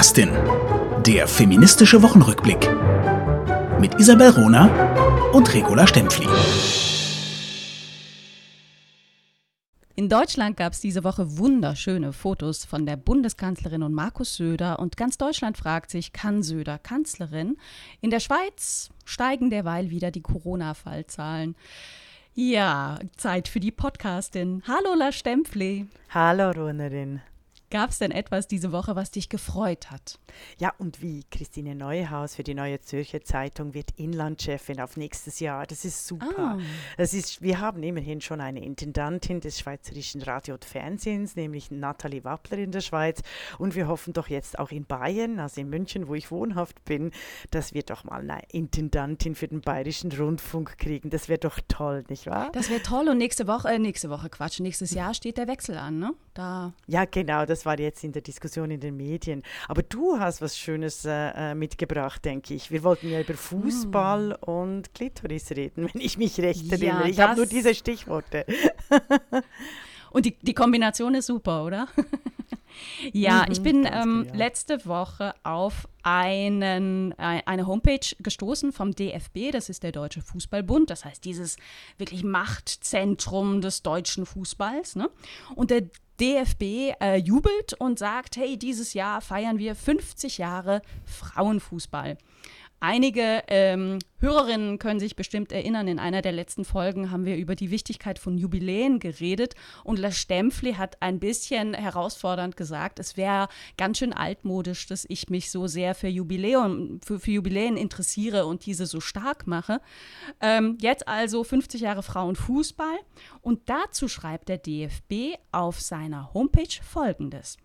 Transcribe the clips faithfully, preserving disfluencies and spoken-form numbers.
Podcastin. Der feministische Wochenrückblick. Mit Isabel Rohner und Regula Stempfli. In Deutschland gab es diese Woche wunderschöne Fotos von der Bundeskanzlerin und Markus Söder. Und ganz Deutschland fragt sich, kann Söder Kanzlerin? In der Schweiz steigen derweil wieder die Corona-Fallzahlen. Ja, Zeit für die Podcastin. Hallo, La Stempfli. Hallo, Rohnerin. Gab es denn etwas diese Woche, was dich gefreut hat? Ja, und wie? Christine Neuhaus für die Neue Zürcher Zeitung wird Inlandchefin auf nächstes Jahr. Das ist super. Ah. Das ist, wir haben immerhin schon eine Intendantin des Schweizerischen Radio und Fernsehens, nämlich Nathalie Wappler in der Schweiz. Und wir hoffen doch jetzt auch in Bayern, also in München, wo ich wohnhaft bin, dass wir doch mal eine Intendantin für den Bayerischen Rundfunk kriegen. Das wäre doch toll, nicht wahr? Das wäre toll. Und nächste Woche, äh, nächste Woche, Quatsch, nächstes Jahr steht der Wechsel an, ne? Da. Ja, genau, das war jetzt in der Diskussion in den Medien. Aber du hast was Schönes äh, mitgebracht, denke ich. Wir wollten ja über Fußball mm. und Klitoris reden, wenn ich mich recht ja, erinnere. Ich habe nur diese Stichworte. Und die, die Kombination ist super, oder? Ja, mhm, ich bin ähm, genau. letzte Woche auf einen, äh, eine Homepage gestoßen vom D F B, das ist der Deutsche Fußballbund, das heißt dieses wirklich Machtzentrum des deutschen Fußballs, ne? Und der D F B äh, jubelt und sagt, hey, dieses Jahr feiern wir fünfzig Jahre Frauenfußball. Einige ähm, Hörerinnen können sich bestimmt erinnern, in einer der letzten Folgen haben wir über die Wichtigkeit von Jubiläen geredet und La Stempfli hat ein bisschen herausfordernd gesagt, es wäre ganz schön altmodisch, dass ich mich so sehr für Jubiläen, für, für Jubiläen interessiere und diese so stark mache. Ähm, jetzt also fünfzig Jahre Frauenfußball und dazu schreibt der D F B auf seiner Homepage Folgendes.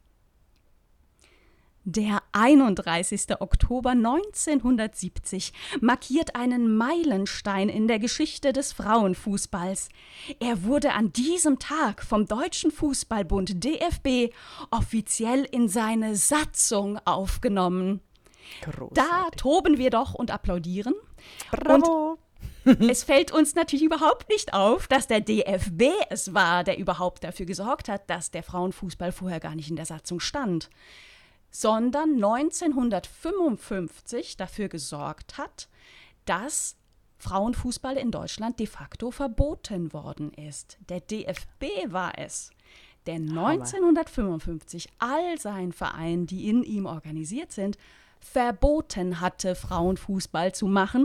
Der einunddreißigster Oktober neunzehnhundertsiebzig markiert einen Meilenstein in der Geschichte des Frauenfußballs. Er wurde an diesem Tag vom Deutschen Fußballbund D F B offiziell in seine Satzung aufgenommen. Großartig. Da toben wir doch und applaudieren. Bravo! Und es fällt uns natürlich überhaupt nicht auf, dass der D F B es war, der überhaupt dafür gesorgt hat, dass der Frauenfußball vorher gar nicht in der Satzung stand, sondern neunzehnhundertfünfundfünfzig dafür gesorgt hat, dass Frauenfußball in Deutschland de facto verboten worden ist. Der D F B war es, der neunzehnhundertfünfundfünfzig all seinen Vereinen, die in ihm organisiert sind, verboten hatte, Frauenfußball zu machen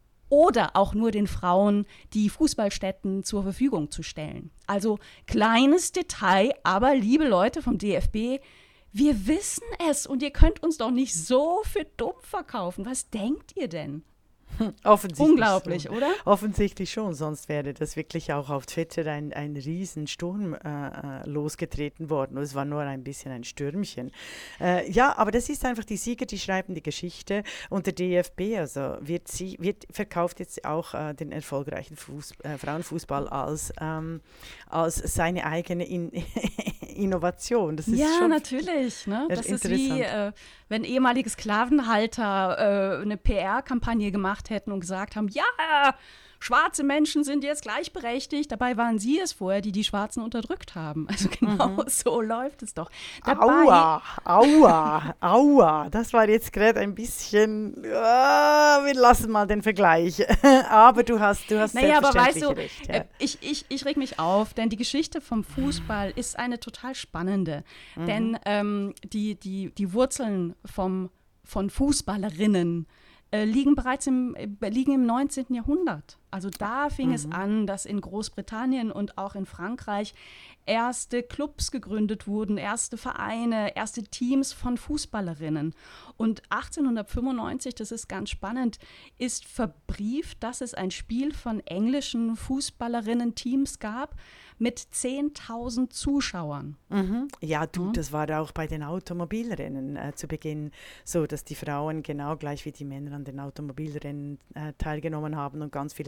oder auch nur den Frauen die Fußballstätten zur Verfügung zu stellen. Also kleines Detail, aber liebe Leute vom D F B, wir wissen es und ihr könnt uns doch nicht so für dumm verkaufen. Was denkt ihr denn? Offensichtlich Unglaublich, schon. oder? Offensichtlich schon, sonst wäre das wirklich auch auf Twitter ein, ein Riesensturm äh, losgetreten worden. Und es war nur ein bisschen ein Stürmchen. Äh, ja, aber das ist einfach, die Sieger, die schreiben die Geschichte und der D F B, also wird sie, wird, verkauft jetzt auch äh, den erfolgreichen Fuß, äh, Frauenfußball als, ähm, als seine eigene In Innovation. Das ist ja, schon natürlich. Ne? Das ist interessant. wie, äh, wenn ehemalige Sklavenhalter äh, eine P R-Kampagne gemacht hätten und gesagt haben, ja, schwarze Menschen sind jetzt gleichberechtigt. Dabei waren sie es vorher, die die Schwarzen unterdrückt haben. Also genau mhm. so läuft es doch. Dabei, aua, aua, aua. Das war jetzt gerade ein bisschen, uh, wir lassen mal den Vergleich. Aber du hast, du hast naja, selbstverständlich aber weißt du, recht. Ja. Äh, ich, ich, ich reg mich auf, denn die Geschichte vom Fußball ist eine total spannende. Mhm. Denn ähm, die, die, die Wurzeln vom, von Fußballerinnen Äh, liegen bereits im, äh, liegen im neunzehnten Jahrhundert. Also da fing mhm. es an, dass in Großbritannien und auch in Frankreich erste Clubs gegründet wurden, erste Vereine, erste Teams von Fußballerinnen. Und achtzehnhundertfünfundneunzig, das ist ganz spannend, ist verbrieft, dass es ein Spiel von englischen Fußballerinnen-Teams gab mit zehntausend Zuschauern. Mhm. Ja, du, Mhm. das war auch bei den Automobilrennen äh, zu Beginn so, dass die Frauen genau gleich wie die Männer an den Automobilrennen äh, teilgenommen haben und ganz viele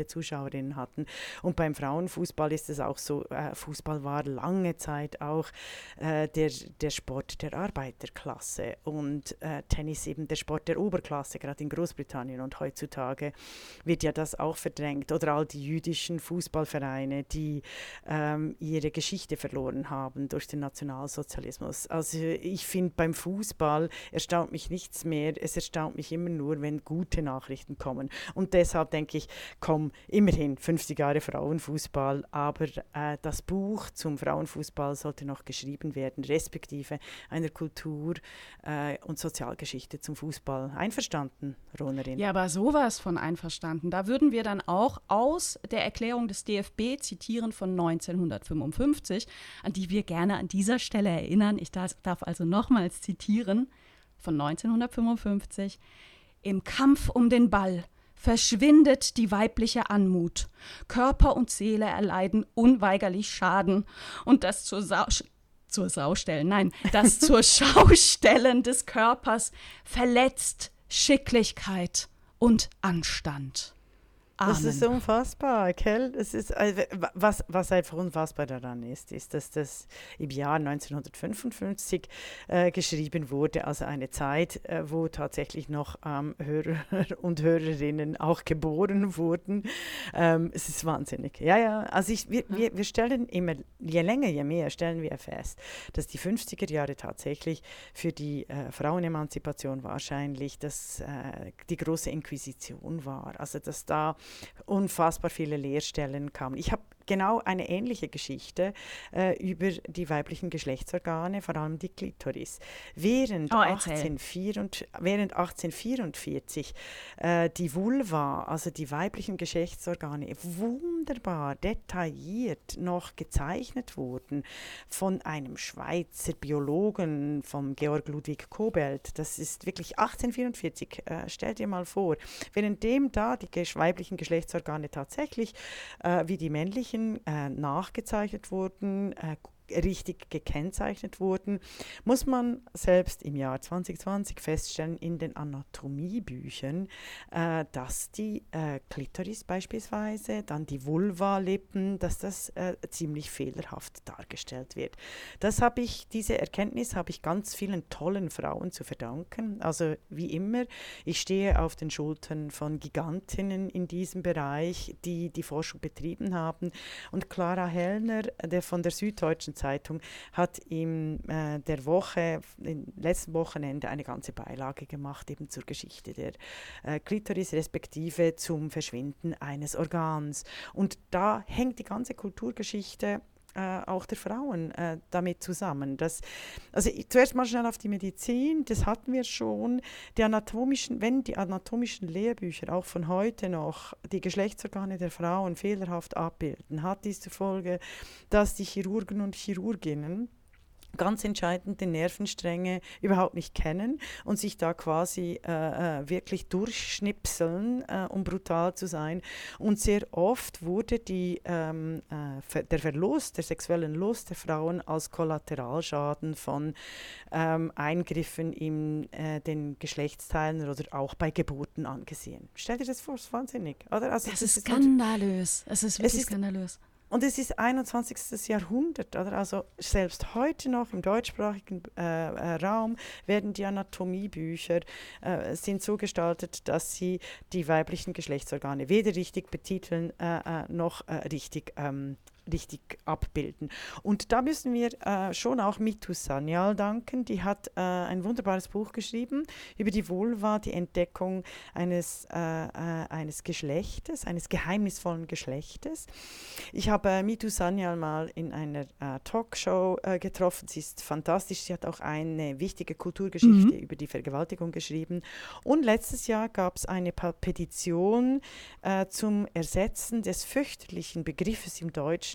Zuschauerinnen hatten. Und beim Frauenfußball ist es auch so, äh, Fußball war lange Zeit auch äh, der, der Sport der Arbeiterklasse und äh, Tennis eben der Sport der Oberklasse, gerade in Großbritannien. Und heutzutage wird ja das auch verdrängt. Oder all die jüdischen Fußballvereine, die ähm, ihre Geschichte verloren haben durch den Nationalsozialismus. Also ich finde, beim Fußball erstaunt mich nichts mehr. Es erstaunt mich immer nur, wenn gute Nachrichten kommen. Und deshalb denke ich, komm, immerhin fünfzig Jahre Frauenfußball, aber äh, das Buch zum Frauenfußball sollte noch geschrieben werden, respektive einer Kultur- äh, und Sozialgeschichte zum Fußball. Einverstanden, Ronerin? Ja, aber sowas von einverstanden. Da würden wir dann auch aus der Erklärung des D F B zitieren von neunzehnhundertfünfundfünfzig, an die wir gerne an dieser Stelle erinnern. Ich darf, darf also nochmals zitieren von neunzehnhundertfünfundfünfzig. Im Kampf um den Ball verschwindet die weibliche Anmut. Körper und Seele erleiden unweigerlich Schaden. Und das zur Sau, zur Saustellen, nein, das zur Schaustellen des Körpers verletzt Schicklichkeit und Anstand. Amen. Das ist unfassbar, gell? Das ist, also, was, was einfach unfassbar daran ist, ist, dass das im Jahr neunzehnhundertfünfundfünfzig äh, geschrieben wurde, also eine Zeit, äh, wo tatsächlich noch ähm, Hörer und Hörerinnen auch geboren wurden. Ähm, es ist wahnsinnig. Ja, ja, also ich, wir, wir, wir stellen immer, je länger, je mehr, stellen wir fest, dass die fünfziger Jahre tatsächlich für die äh, Frauenemanzipation wahrscheinlich das, äh, die große Inquisition war. Also dass da unfassbar viele Lehrstellen kamen. Ich habe genau eine ähnliche Geschichte äh, über die weiblichen Geschlechtsorgane, vor allem die Klitoris. Während, oh, achtzehnhundertvierundvierzig, während achtzehnhundertvierundvierzig äh, die Vulva, also die weiblichen Geschlechtsorgane, wunderbar detailliert noch gezeichnet wurden von einem Schweizer Biologen, vom Georg Ludwig Kobelt. Das ist wirklich achtzehnhundertvierundvierzig, äh, stell dir mal vor. Währenddem da die weiblichen Geschlechtsorgane tatsächlich äh, wie die männlichen äh, nachgezeichnet wurden, äh, richtig gekennzeichnet wurden, muss man selbst im Jahr zwanzig zwanzig feststellen in den Anatomiebüchern, äh, dass die äh, Klitoris beispielsweise, dann die Vulva-Lippen, dass das äh, ziemlich fehlerhaft dargestellt wird. Das habe ich, diese Erkenntnis habe ich ganz vielen tollen Frauen zu verdanken. Also wie immer, ich stehe auf den Schultern von Gigantinnen in diesem Bereich, die die Forschung betrieben haben. Und Clara Hellner, der von der Süddeutschen Zeitung, hat in äh, der Woche, im letzten Wochenende eine ganze Beilage gemacht, eben zur Geschichte der äh, Klitoris, respektive zum Verschwinden eines Organs. Und da hängt die ganze Kulturgeschichte Äh, auch der Frauen äh, damit zusammen. Das, also ich, zuerst mal schnell auf die Medizin, das hatten wir schon. Die anatomischen, wenn die anatomischen Lehrbücher auch von heute noch die Geschlechtsorgane der Frauen fehlerhaft abbilden, hat dies zur Folge, dass die Chirurgen und Chirurginnen ganz entscheidend die Nervenstränge überhaupt nicht kennen und sich da quasi äh, wirklich durchschnipseln, äh, um brutal zu sein. Und sehr oft wurde die, ähm, äh, ver- der Verlust, der sexuellen Lust der Frauen als Kollateralschaden von ähm, Eingriffen in äh, den Geschlechtsteilen oder auch bei Geburten angesehen. Stell dir das vor, das ist wahnsinnig, oder? Also das, das ist ist skandalös. Es ist wirklich es ist, skandalös. Und es ist einundzwanzigsten Jahrhundert, oder? Also selbst heute noch im deutschsprachigen äh, äh, Raum werden die Anatomiebücher äh, sind so gestaltet, dass sie die weiblichen Geschlechtsorgane weder richtig betiteln äh, äh, noch äh, richtig ähm, richtig abbilden. Und da müssen wir äh, schon auch Mitu Sanyal danken. Die hat äh, ein wunderbares Buch geschrieben über die Vulva, die Entdeckung eines, äh, äh, eines Geschlechtes, eines geheimnisvollen Geschlechtes. Ich habe äh, Mitu Sanyal mal in einer äh, Talkshow äh, getroffen. Sie ist fantastisch. Sie hat auch eine wichtige Kulturgeschichte mhm. über die Vergewaltigung geschrieben. Und letztes Jahr gab es eine Pa- Petition äh, zum Ersetzen des fürchterlichen Begriffes im Deutschen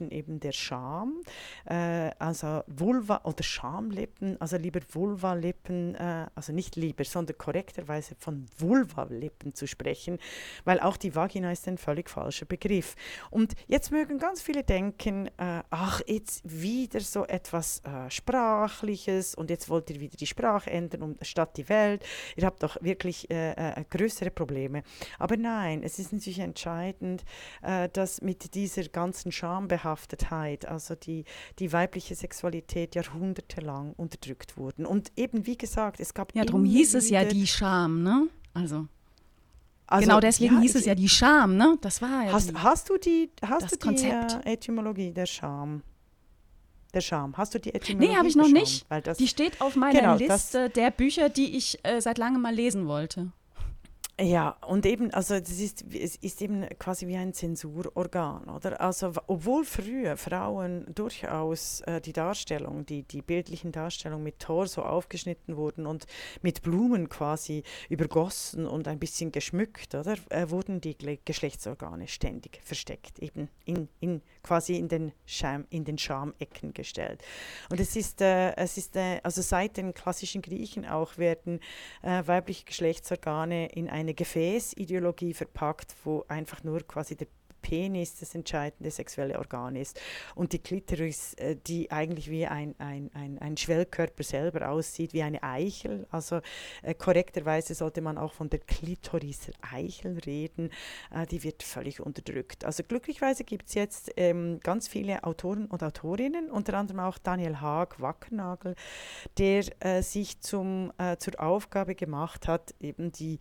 Menschen eben der Scham, äh, also Vulva oder Schamlippen, also lieber Vulva-Lippen, äh, also nicht lieber, sondern korrekterweise von Vulva-Lippen zu sprechen, weil auch die Vagina ist ein völlig falscher Begriff. Und jetzt mögen ganz viele denken, äh, ach, jetzt wieder so etwas äh, Sprachliches und jetzt wollt ihr wieder die Sprache ändern und statt die Welt. Ihr habt doch wirklich äh, äh, größere Probleme. Aber nein, es ist natürlich entscheidend, äh, dass mit dieser ganzen Schambehaftetheit, also die, die weibliche Sexualität jahrhundertelang unterdrückt wurden. Und eben, wie gesagt, es gab Ja, darum hieß es ja die Scham, ne? Also, also genau deswegen ja, hieß ich, es ja die Scham, ne? Das war ja hast, die, hast du die, hast das du die Konzept. äh, Etymologie der Scham? Der Scham. Hast du die Etymologie Nee, habe ich der noch Scham? nicht. Weil das, Die steht auf meiner genau, Liste der Bücher, die ich äh, seit langem mal lesen wollte. Ja, und eben, also das ist, es ist eben quasi wie ein Zensurorgan, oder? Also w- obwohl früher Frauen durchaus äh, die Darstellung, die, die bildlichen Darstellungen mit Torso aufgeschnitten wurden und mit Blumen quasi übergossen und ein bisschen geschmückt, oder? Äh, wurden die Gle- Geschlechtsorgane ständig versteckt, eben in, in quasi in den Scham, in den Schamecken gestellt. Und es ist, äh, es ist äh, also seit den klassischen Griechen auch werden äh, weibliche Geschlechtsorgane in eine Gefäßideologie verpackt, wo einfach nur quasi der Penis das entscheidende sexuelle Organ ist und die Klitoris, äh, die eigentlich wie ein, ein, ein, ein Schwellkörper selber aussieht, wie eine Eichel. Also äh, korrekterweise sollte man auch von der Klitoris-Eichel reden. Äh, die wird völlig unterdrückt. Also glücklicherweise gibt es jetzt ähm, ganz viele Autoren und Autorinnen, unter anderem auch Daniel Haag, Wackernagel, der äh, sich zum, äh, zur Aufgabe gemacht hat, eben die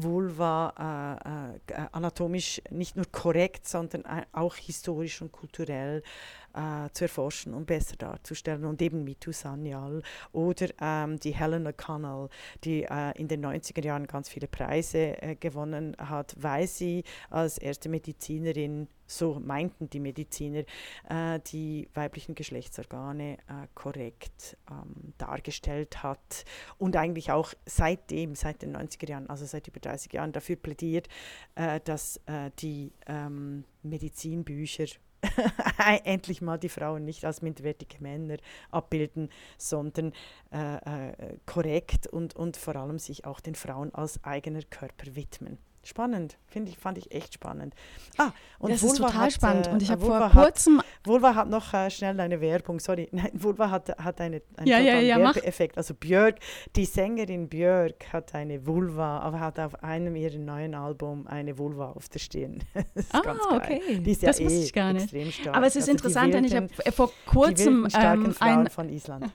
Vulva äh, äh, anatomisch nicht nur korrekt, sondern auch historisch und kulturell äh, zu erforschen und besser darzustellen. Und eben Mitu Sanyal oder ähm, die Helen O'Connell, die äh, in den neunziger Jahren ganz viele Preise äh, gewonnen hat, weil sie als erste Medizinerin, so meinten die Mediziner, äh, die weiblichen Geschlechtsorgane äh, korrekt ähm, dargestellt hat und eigentlich auch seitdem, seit den neunziger Jahren, also seit über dreißig Jahren, dafür plädiert, äh, dass äh, die ähm, Medizinbücher endlich mal die Frauen nicht als minderwertige Männer abbilden, sondern äh, äh, korrekt und, und vor allem sich auch den Frauen als eigener Körper widmen. Spannend, finde ich, fand ich echt spannend. Ah, und Das Vulva ist total hat, spannend. Äh, Und ich habe Vulva vor hat, kurzem... Vulva hat noch äh, schnell eine Werbung, sorry. Nein, Vulva hat, hat eine, einen Ja, ja, totalen ja, mach. Werbeeffekt. Also Björk, die Sängerin Björk hat eine Vulva, aber hat auf einem ihrer neuen Album eine Vulva auf der Stirn. Das ist Ah, ganz geil. okay. Die ist ja Das wusste eh ich gar nicht. extrem stark. Aber es ist Also die interessant, denn ich habe wilden- äh, vor Die kurzem wilden, starken ähm, Frauen ein... von Island.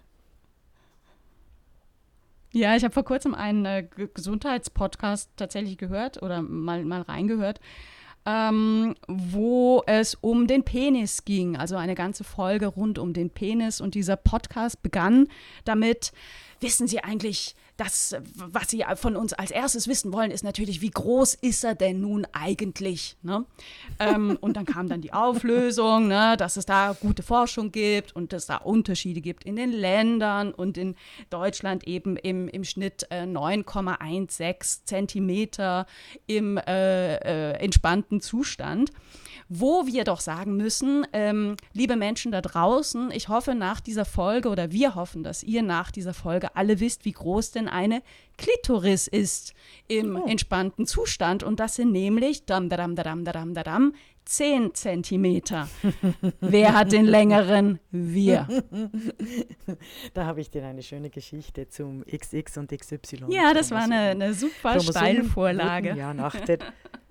Ja, ich habe vor kurzem einen äh, G- Gesundheitspodcast tatsächlich gehört oder mal, mal reingehört, ähm, wo es um den Penis ging. Also eine ganze Folge rund um den Penis. Und dieser Podcast begann damit, wissen Sie eigentlich, das, was Sie von uns als erstes wissen wollen, ist natürlich, wie groß ist er denn nun eigentlich? Ne? ähm, und dann kam dann die Auflösung, ne, dass es da gute Forschung gibt und dass es da Unterschiede gibt in den Ländern und in Deutschland eben im, im Schnitt äh, neun Komma sechzehn Zentimeter im äh, äh, entspannten Zustand. Wo wir doch sagen müssen, ähm, liebe Menschen da draußen, ich hoffe nach dieser Folge oder wir hoffen, dass ihr nach dieser Folge alle wisst, wie groß denn eine Klitoris ist im Oh. entspannten Zustand. Und das sind nämlich dam, dadam, dadam, dadam, dadam, zehn Zentimeter. Wer hat den längeren? Wir. Da habe ich dir eine schöne Geschichte zum X X und X Y. Ja, das war eine, eine super Chromosomen Steilvorlage. wurden ja nach der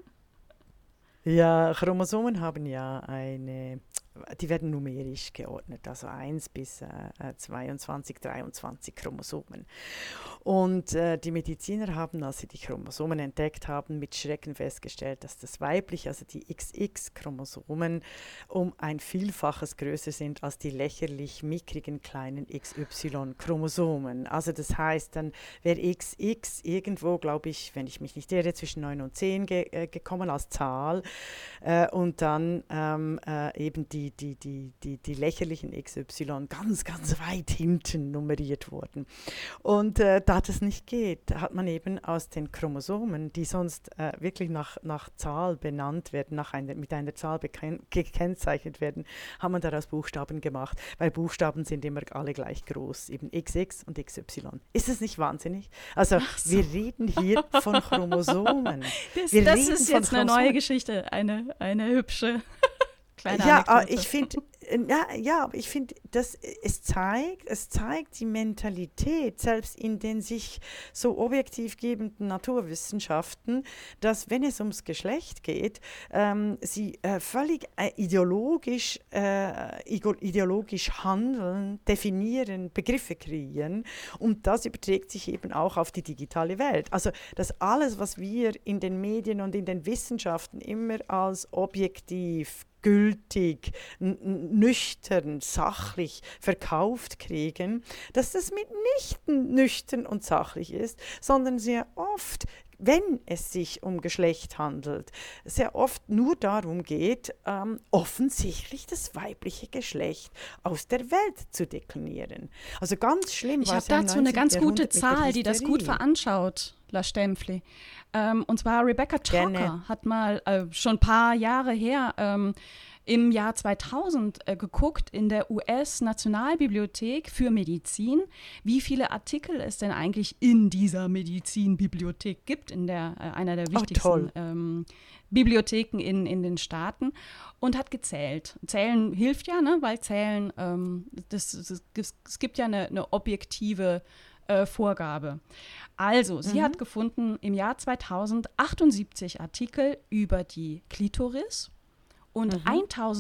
Ja, Chromosomen haben ja eine, die werden numerisch geordnet, also eins bis äh, zweiundzwanzig, dreiundzwanzig Chromosomen. Und äh, die Mediziner haben, als sie die Chromosomen entdeckt haben, mit Schrecken festgestellt, dass das weibliche, also die X X-Chromosomen, um ein Vielfaches größer sind als die lächerlich mickrigen kleinen X Y-Chromosomen. Also das heißt, dann wäre X X irgendwo, glaube ich, wenn ich mich nicht irre, zwischen neun und zehn ge äh, gekommen als Zahl. Äh, und dann ähm, äh, eben die die, die, die, die, die lächerlichen X Y ganz, ganz weit hinten nummeriert wurden. Und äh, da das nicht geht, hat man eben aus den Chromosomen, die sonst äh, wirklich nach, nach Zahl benannt werden, nach einer, mit einer Zahl beken- gekennzeichnet werden, haben man daraus Buchstaben gemacht, weil Buchstaben sind immer alle gleich groß, eben X X und X Y. Ist das nicht wahnsinnig? Also so. Wir reden hier von Chromosomen. Das, wir das reden ist von jetzt eine Chromosomen. neue Geschichte, eine, eine hübsche kleine Ja, Anekdote. aber ich finde, ja, ja, aber ich finde, dass es zeigt, es zeigt die Mentalität, selbst in den sich so objektiv gebenden Naturwissenschaften, dass, wenn es ums Geschlecht geht, ähm, sie äh, völlig äh, ideologisch, äh, ideologisch handeln, definieren, Begriffe kreieren, und das überträgt sich eben auch auf die digitale Welt. Also, dass alles, was wir in den Medien und in den Wissenschaften immer als objektiv, gültig, n- nüchtern, sachlich verkauft kriegen, dass das mitnichten nüchtern und sachlich ist, sondern sehr oft, wenn es sich um Geschlecht handelt, sehr oft nur darum geht, ähm, offensichtlich das weibliche Geschlecht aus der Welt zu deklinieren. Also ganz schlimm Ich war habe es ja im dazu eine ganz neunzehnten gute Jahrhundert mit der Zahl, die das gut Hysterie. veranschaucht, La Stempfli. Ähm, und zwar Rebecca Gerne. Tucker hat mal äh, schon ein paar Jahre her ähm, im Jahr zweitausend äh, geguckt in der U S-Nationalbibliothek für Medizin, wie viele Artikel es denn eigentlich in dieser Medizinbibliothek gibt, in der, äh, einer der Oh, wichtigsten toll. ähm, Bibliotheken in, in den Staaten, und hat gezählt. Zählen hilft ja, ne? Weil Zählen, ähm, das, das, das, es gibt ja eine, eine objektive äh, Vorgabe. Also, sie Mhm. hat gefunden im Jahr zweitausend achtundsiebzig Artikel über die Klitoris und Mhm.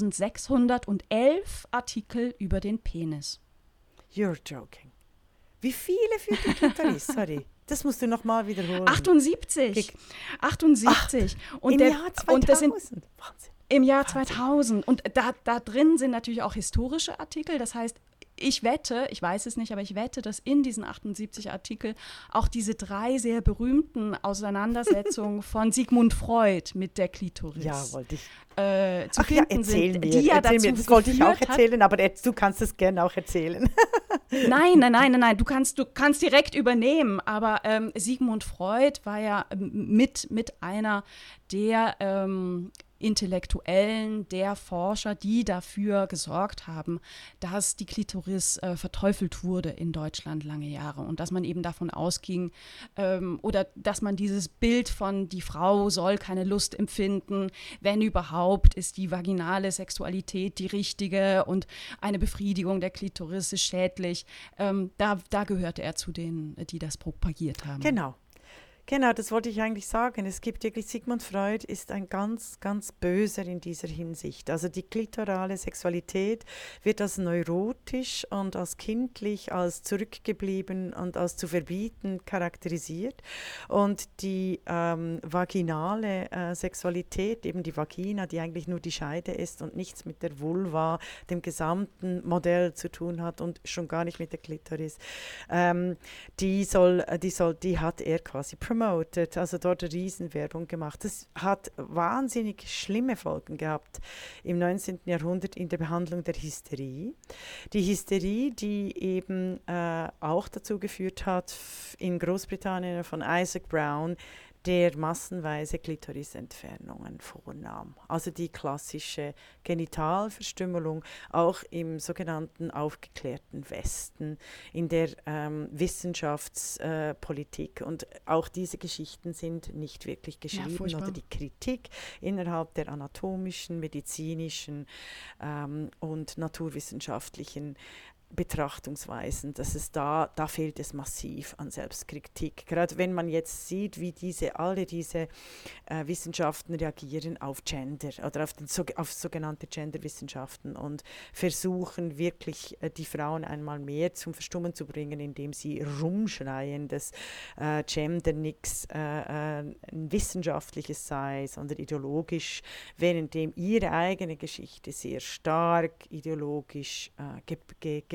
eintausendsechshundertelf Artikel über den Penis. You're joking. Wie viele für die Klitoris? Sorry, das musst du nochmal wiederholen. achtundsiebzig! Kick. achtundsiebzig! Und Im der, Jahr und das sind zweitausend. Wahnsinn. im Jahr Wahnsinn. zweitausend. Und da, da drin sind natürlich auch historische Artikel. Das heißt, ich wette, ich weiß es nicht, aber ich wette, dass in diesen achtundsiebzig Artikel auch diese drei sehr berühmten Auseinandersetzungen von Sigmund Freud mit der Klitoris Ja, wollte ich. äh, zu Ach ja, finden erzähl sind, mir. die ja erzähl dazu mir. Das wollte ich auch geführt hat. erzählen, aber jetzt, du kannst es gerne auch erzählen. Nein, nein, nein, nein, nein. Du kannst, du kannst direkt übernehmen. Aber ähm, Sigmund Freud war ja ähm, mit, mit einer der ähm, Intellektuellen, der Forscher, die dafür gesorgt haben, dass die Klitoris äh, verteufelt wurde in Deutschland lange Jahre und dass man eben davon ausging ähm, oder dass man dieses Bild von die Frau soll keine Lust empfinden, wenn überhaupt ist die vaginale Sexualität die richtige und eine Befriedigung der Klitoris ist schädlich. Ähm, da, da gehörte er zu denen, die das propagiert haben. Genau. Genau, das wollte ich eigentlich sagen. Es gibt wirklich, Sigmund Freud ist ein ganz, ganz Böser in dieser Hinsicht. Also die klitorale Sexualität wird als neurotisch und als kindlich, als zurückgeblieben und als zu verbieten charakterisiert. Und die ähm, vaginale äh, Sexualität, eben die Vagina, die eigentlich nur die Scheide ist und nichts mit der Vulva, dem gesamten Modell zu tun hat und schon gar nicht mit der Klitoris, ähm, die, soll, die, soll, die hat er quasi promoted, also dort eine Riesenwerbung gemacht. Das hat wahnsinnig schlimme Folgen gehabt im neunzehnten Jahrhundert in der Behandlung der Hysterie. Die Hysterie, die eben äh, auch dazu geführt hat, in Großbritannien von Isaac Brown, der massenweise Klitorisentfernungen vornahm. Also die klassische Genitalverstümmelung, auch im sogenannten aufgeklärten Westen, in der ähm, Wissenschaftspolitik. Äh, und auch diese Geschichten sind nicht wirklich geschrieben, Ja, oder die Kritik innerhalb der anatomischen, medizinischen ähm, und naturwissenschaftlichen Betrachtungsweisen, dass es da, da fehlt es massiv an Selbstkritik. Gerade wenn man jetzt sieht, wie diese, alle diese äh, Wissenschaften reagieren auf Gender oder auf, den, auf sogenannte Genderwissenschaften und versuchen wirklich äh, die Frauen einmal mehr zum Verstummen zu bringen, indem sie rumschreien, dass äh, Gender nichts äh, äh, wissenschaftliches sei, sondern ideologisch, währenddem ihre eigene Geschichte sehr stark ideologisch äh, ge ge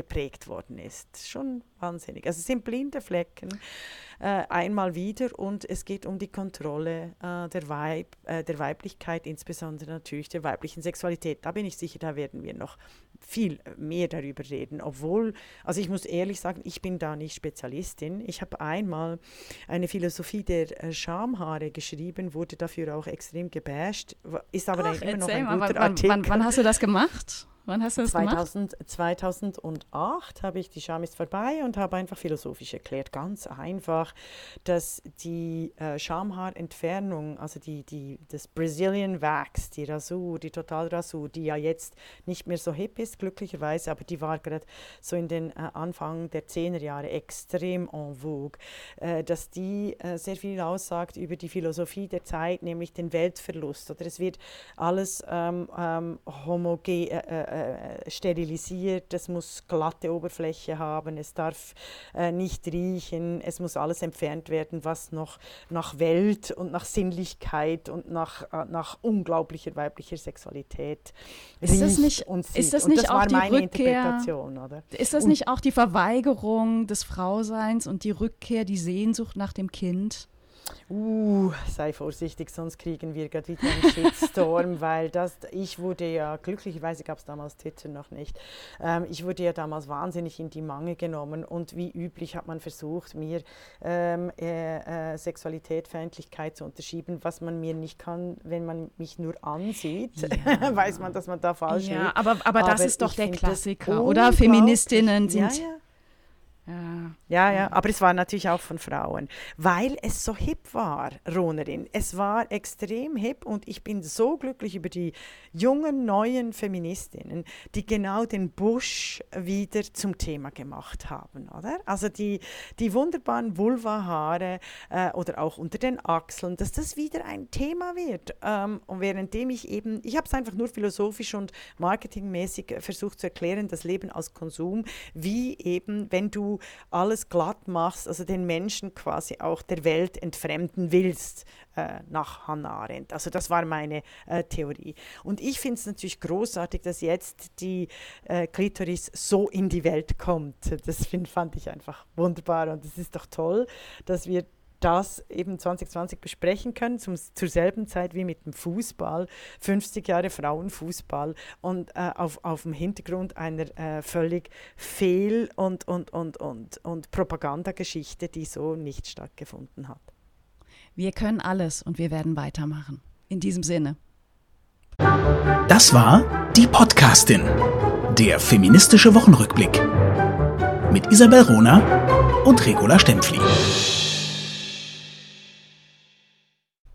geprägt worden ist. Schon wahnsinnig. Also es sind blinde Flecken äh, einmal wieder und es geht um die Kontrolle äh, der, Weib, äh, der Weiblichkeit, insbesondere natürlich der weiblichen Sexualität. Da bin ich sicher, da werden wir noch viel mehr darüber reden, obwohl, also ich muss ehrlich sagen, ich bin da nicht Spezialistin. Ich habe einmal eine Philosophie der äh, Schamhaare geschrieben, wurde dafür auch extrem gebasht, ist aber Ach, immer noch ein mal, guter wann, Artikel. Wann, wann hast du das gemacht? Wann hast du das zweitausend, gemacht? zweitausendacht habe ich Die Scham ist vorbei und habe einfach philosophisch erklärt, ganz einfach, dass die äh, Schamhaarentfernung, also die, die, das Brazilian Wax, die Rasur, die Totalrasur, die ja jetzt nicht mehr so hip ist, glücklicherweise, aber die war gerade so in den äh, Anfang der zehner Jahre extrem en vogue, äh, dass die äh, sehr viel aussagt über die Philosophie der Zeit, nämlich den Weltverlust. Oder es wird alles ähm, ähm, homogen, äh, sterilisiert, es muss glatte Oberfläche haben, es darf äh, nicht riechen, es muss alles entfernt werden, was noch nach Welt und nach Sinnlichkeit und nach, äh, nach unglaublicher weiblicher Sexualität ist das nicht, und sieht. Ist das und nicht das auch war die meine Rückkehr, Interpretation, oder? Ist das und, nicht auch die Verweigerung des Frauseins und die Rückkehr, die Sehnsucht nach dem Kind? Uh, sei vorsichtig, sonst kriegen wir gerade wieder einen Shitstorm, weil das, ich wurde ja, glücklicherweise gab es damals Twitter noch nicht, ähm, ich wurde ja damals wahnsinnig in die Mangel genommen und wie üblich hat man versucht, mir ähm, äh, äh, Sexualität, Feindlichkeit zu unterschieben, was man mir nicht kann, wenn man mich nur ansieht, ja. Weiß man, dass man da falsch ja, liegt. Aber, aber, aber das ist doch der Klassiker, oder? Feministinnen sind... Ja, ja. Ja. ja, ja, aber es war natürlich auch von Frauen, weil es so hip war, Ronerin. Es war extrem hip und ich bin so glücklich über die jungen, neuen Feministinnen, die genau den Busch wieder zum Thema gemacht haben, oder? Also die, die wunderbaren Vulvahaare äh, oder auch unter den Achseln, dass das wieder ein Thema wird. Ähm, und währenddem ich eben, ich habe es einfach nur philosophisch und marketingmäßig versucht zu erklären, das Leben als Konsum, wie eben, wenn du alles glatt machst, also den Menschen quasi auch der Welt entfremden willst, äh, nach Hannah Arendt. Also das war meine äh, Theorie. Und ich finde es natürlich großartig, dass jetzt die äh, Klitoris so in die Welt kommt. Das find, fand ich einfach wunderbar und es ist doch toll, dass wir das eben zwanzig zwanzig besprechen können, zum, zur selben Zeit wie mit dem Fußball, fünfzig Jahre Frauenfußball und äh, auf, auf dem Hintergrund einer äh, völlig Fehl- und, und, und, und, und Propagandageschichte, die so nicht stattgefunden hat. Wir können alles und wir werden weitermachen. In diesem Sinne. Das war Die Podcastin, der feministische Wochenrückblick mit Isabel Rona und Regula Stempfli.